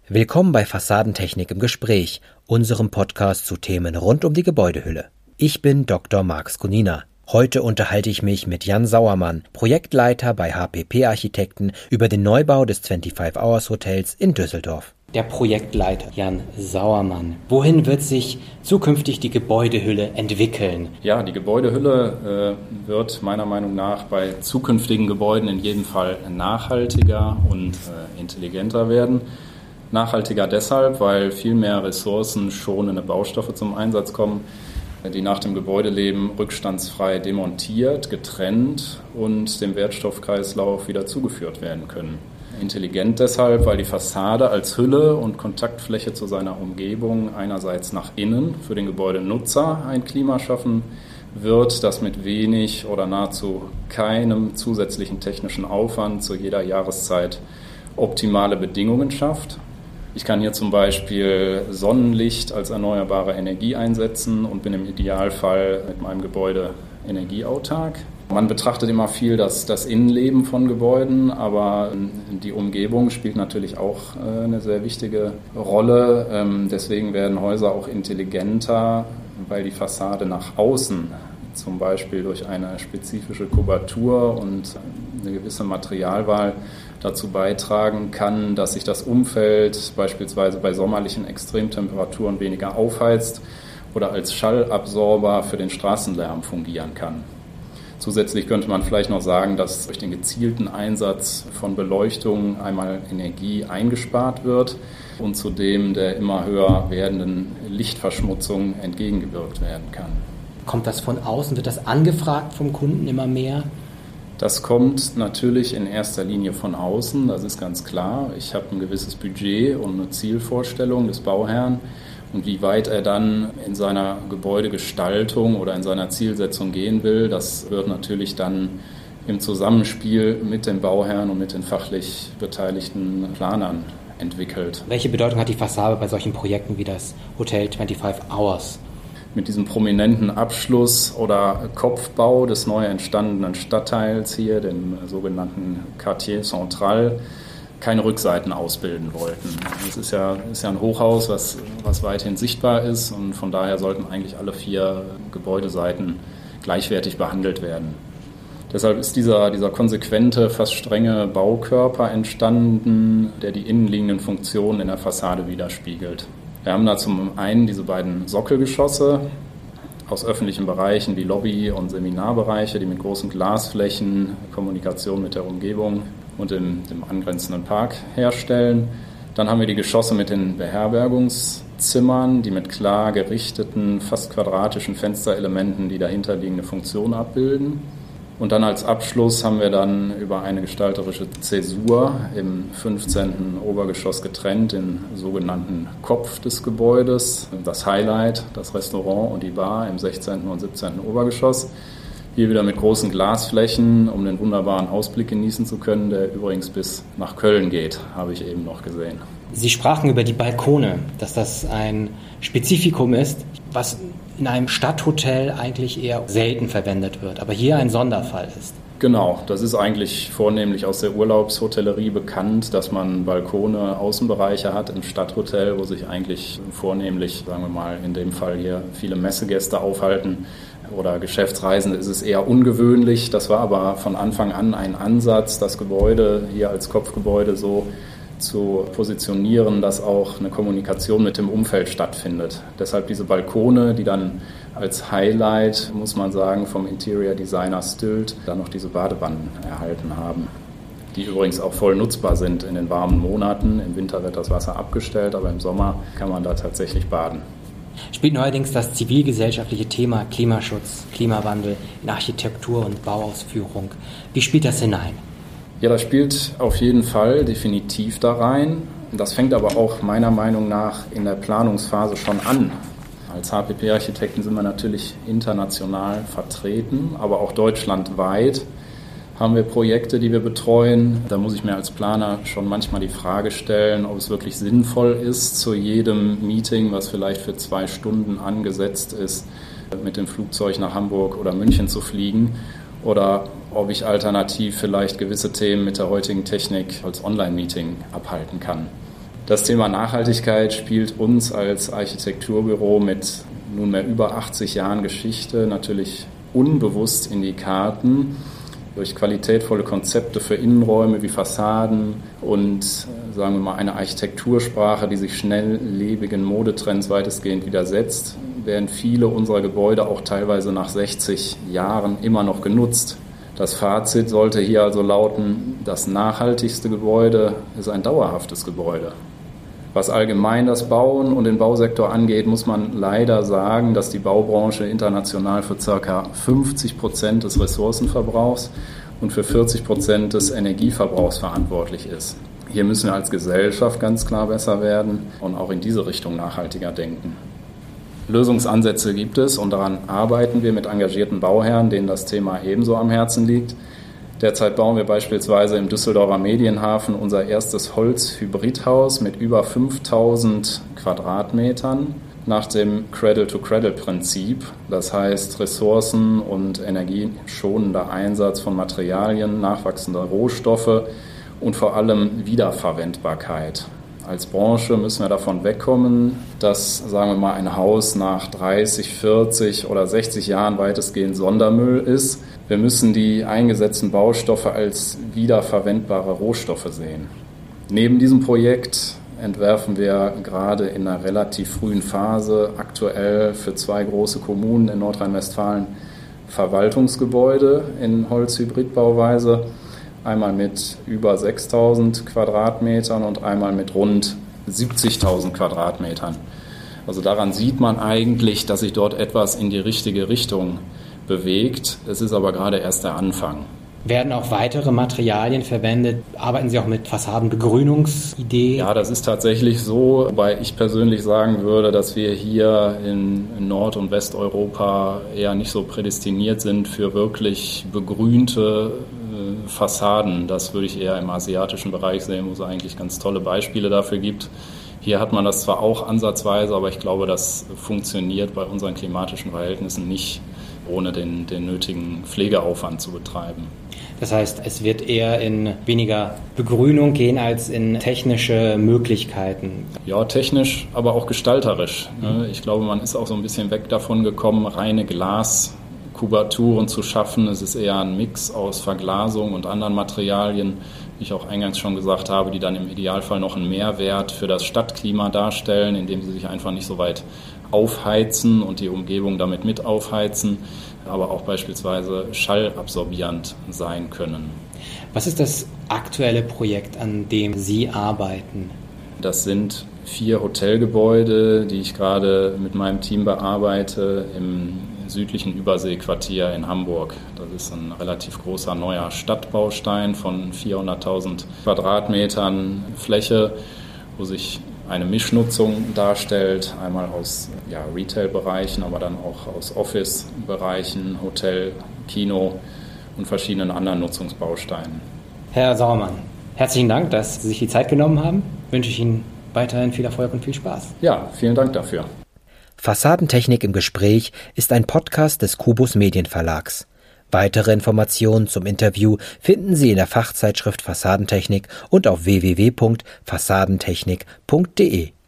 Willkommen bei Fassadentechnik im Gespräch, unserem Podcast zu Themen rund um die Gebäudehülle. Ich bin Dr. Marc Skunina. Heute unterhalte ich mich mit Jan Sauermann, Projektleiter bei HPP Architekten, über den Neubau des 25 Hours Hotels in Düsseldorf. Der Projektleiter Jan Sauermann. Wohin wird sich zukünftig die Gebäudehülle entwickeln? Ja, die Gebäudehülle wird meiner Meinung nach bei zukünftigen Gebäuden in jedem Fall nachhaltiger und intelligenter werden. Nachhaltiger deshalb, weil viel mehr ressourcenschonende Baustoffe zum Einsatz kommen, die nach dem Gebäudeleben rückstandsfrei demontiert, getrennt und dem Wertstoffkreislauf wieder zugeführt werden können. Intelligent deshalb, weil die Fassade als Hülle und Kontaktfläche zu seiner Umgebung einerseits nach innen für den Gebäudenutzer ein Klima schaffen wird, das mit wenig oder nahezu keinem zusätzlichen technischen Aufwand zu jeder Jahreszeit optimale Bedingungen schafft. Ich kann hier zum Beispiel Sonnenlicht als erneuerbare Energie einsetzen und bin im Idealfall mit meinem Gebäude energieautark. Man betrachtet immer viel das Innenleben von Gebäuden, aber die Umgebung spielt natürlich auch eine sehr wichtige Rolle. Deswegen werden Häuser auch intelligenter, weil die Fassade nach außen zum Beispiel durch eine spezifische Kubatur und eine gewisse Materialwahl dazu beitragen kann, dass sich das Umfeld beispielsweise bei sommerlichen Extremtemperaturen weniger aufheizt oder als Schallabsorber für den Straßenlärm fungieren kann. Zusätzlich könnte man vielleicht noch sagen, dass durch den gezielten Einsatz von Beleuchtung einmal Energie eingespart wird und zudem der immer höher werdenden Lichtverschmutzung entgegengewirkt werden kann. Kommt das von außen? Wird das angefragt vom Kunden immer mehr? Das kommt natürlich in erster Linie von außen, das ist ganz klar. Ich habe ein gewisses Budget und eine Zielvorstellung des Bauherrn. Und wie weit er dann in seiner Gebäudegestaltung oder in seiner Zielsetzung gehen will, das wird natürlich dann im Zusammenspiel mit dem Bauherrn und mit den fachlich beteiligten Planern entwickelt. Welche Bedeutung hat die Fassade bei solchen Projekten wie das Hotel 25 Hours? Mit diesem prominenten Abschluss oder Kopfbau des neu entstandenen Stadtteils hier, dem sogenannten Quartier Central, keine Rückseiten ausbilden wollten. Es ist ja ein Hochhaus, was weithin sichtbar ist und von daher sollten eigentlich alle 4 Gebäudeseiten gleichwertig behandelt werden. Deshalb ist dieser konsequente, fast strenge Baukörper entstanden, der die innenliegenden Funktionen in der Fassade widerspiegelt. Wir haben da zum einen diese beiden Sockelgeschosse aus öffentlichen Bereichen wie Lobby- und Seminarbereiche, die mit großen Glasflächen Kommunikation mit der Umgebung und dem angrenzenden Park herstellen. Dann haben wir die Geschosse mit den Beherbergungszimmern, die mit klar gerichteten, fast quadratischen Fensterelementen die dahinterliegende Funktion abbilden. Und dann als Abschluss haben wir dann über eine gestalterische Zäsur im 15. Obergeschoss getrennt, den sogenannten Kopf des Gebäudes, das Highlight, das Restaurant und die Bar im 16. und 17. Obergeschoss. Hier wieder mit großen Glasflächen, um den wunderbaren Ausblick genießen zu können, der übrigens bis nach Köln geht, habe ich eben noch gesehen. Sie sprachen über die Balkone, dass das ein Spezifikum ist, was in einem Stadthotel eigentlich eher selten verwendet wird, aber hier ein Sonderfall ist. Genau, das ist eigentlich vornehmlich aus der Urlaubshotellerie bekannt, dass man Balkone, Außenbereiche hat im Stadthotel, wo sich eigentlich vornehmlich, sagen wir mal, in dem Fall hier viele Messegäste aufhalten oder Geschäftsreisende, ist es eher ungewöhnlich. Das war aber von Anfang an ein Ansatz, das Gebäude hier als Kopfgebäude so zu positionieren, dass auch eine Kommunikation mit dem Umfeld stattfindet. Deshalb diese Balkone, die dann als Highlight, muss man sagen, vom Interior Designer Stült dann noch diese Badewannen erhalten haben, die übrigens auch voll nutzbar sind in den warmen Monaten. Im Winter wird das Wasser abgestellt, aber im Sommer kann man da tatsächlich baden. Spielt neuerdings das zivilgesellschaftliche Thema Klimaschutz, Klimawandel in Architektur und Bauausführung. Wie spielt das hinein? Ja, das spielt auf jeden Fall definitiv da rein. Das fängt aber auch meiner Meinung nach in der Planungsphase schon an. Als HPP-Architekten sind wir natürlich international vertreten, aber auch deutschlandweit haben wir Projekte, die wir betreuen. Da muss ich mir als Planer schon manchmal die Frage stellen, ob es wirklich sinnvoll ist, zu jedem Meeting, was vielleicht für 2 Stunden angesetzt ist, mit dem Flugzeug nach Hamburg oder München zu fliegen. Oder ob ich alternativ vielleicht gewisse Themen mit der heutigen Technik als Online-Meeting abhalten kann. Das Thema Nachhaltigkeit spielt uns als Architekturbüro mit nunmehr über 80 Jahren Geschichte natürlich unbewusst in die Karten. Durch qualitätvolle Konzepte für Innenräume wie Fassaden und, sagen wir mal, eine Architektursprache, die sich schnelllebigen Modetrends weitestgehend widersetzt, werden viele unserer Gebäude auch teilweise nach 60 Jahren immer noch genutzt. Das Fazit sollte hier also lauten, das nachhaltigste Gebäude ist ein dauerhaftes Gebäude. Was allgemein das Bauen und den Bausektor angeht, muss man leider sagen, dass die Baubranche international für ca. 50% des Ressourcenverbrauchs und für 40% des Energieverbrauchs verantwortlich ist. Hier müssen wir als Gesellschaft ganz klar besser werden und auch in diese Richtung nachhaltiger denken. Lösungsansätze gibt es und daran arbeiten wir mit engagierten Bauherren, denen das Thema ebenso am Herzen liegt. Derzeit bauen wir beispielsweise im Düsseldorfer Medienhafen unser erstes Holz-Hybridhaus mit über 5000 Quadratmetern nach dem Cradle-to-Cradle-Prinzip. Das heißt ressourcen- und energieschonender Einsatz von Materialien, nachwachsender Rohstoffe und vor allem Wiederverwendbarkeit. Als Branche müssen wir davon wegkommen, dass, sagen wir mal, ein Haus nach 30, 40 oder 60 Jahren weitestgehend Sondermüll ist. Wir müssen die eingesetzten Baustoffe als wiederverwendbare Rohstoffe sehen. Neben diesem Projekt entwerfen wir gerade in einer relativ frühen Phase aktuell für 2 große Kommunen in Nordrhein-Westfalen Verwaltungsgebäude in Holz-Hybrid-Bauweise. Einmal mit über 6.000 Quadratmetern und einmal mit rund 70.000 Quadratmetern. Also daran sieht man eigentlich, dass sich dort etwas in die richtige Richtung bewegt. Es ist aber gerade erst der Anfang. Werden auch weitere Materialien verwendet? Arbeiten Sie auch mit Fassadenbegrünungsideen? Ja, das ist tatsächlich so, wobei ich persönlich sagen würde, dass wir hier in Nord- und Westeuropa eher nicht so prädestiniert sind für wirklich begrünte Fassaden. Das würde ich eher im asiatischen Bereich sehen, wo es eigentlich ganz tolle Beispiele dafür gibt. Hier hat man das zwar auch ansatzweise, aber ich glaube, das funktioniert bei unseren klimatischen Verhältnissen nicht, ohne den nötigen Pflegeaufwand zu betreiben. Das heißt, es wird eher in weniger Begrünung gehen als in technische Möglichkeiten. Ja, technisch, aber auch gestalterisch. Ich glaube, man ist auch so ein bisschen weg davon gekommen, reine Glaskubaturen zu schaffen. Es ist eher ein Mix aus Verglasung und anderen Materialien, wie ich auch eingangs schon gesagt habe, die dann im Idealfall noch einen Mehrwert für das Stadtklima darstellen, indem sie sich einfach nicht so weit aufheizen und die Umgebung damit mit aufheizen, aber auch beispielsweise schallabsorbierend sein können. Was ist das aktuelle Projekt, an dem Sie arbeiten? Das sind 4 Hotelgebäude, die ich gerade mit meinem Team bearbeite im südlichen Überseequartier in Hamburg. Das ist ein relativ großer neuer Stadtbaustein von 400.000 Quadratmetern Fläche, wo sich eine Mischnutzung darstellt, einmal aus Retail-Bereichen, aber dann auch aus Office-Bereichen, Hotel, Kino und verschiedenen anderen Nutzungsbausteinen. Herr Sauermann, herzlichen Dank, dass Sie sich die Zeit genommen haben. Wünsche ich Ihnen weiterhin viel Erfolg und viel Spaß. Ja, vielen Dank dafür. Fassadentechnik im Gespräch ist ein Podcast des Kubus Medienverlags. Weitere Informationen zum Interview finden Sie in der Fachzeitschrift Fassadentechnik und auf www.fassadentechnik.de.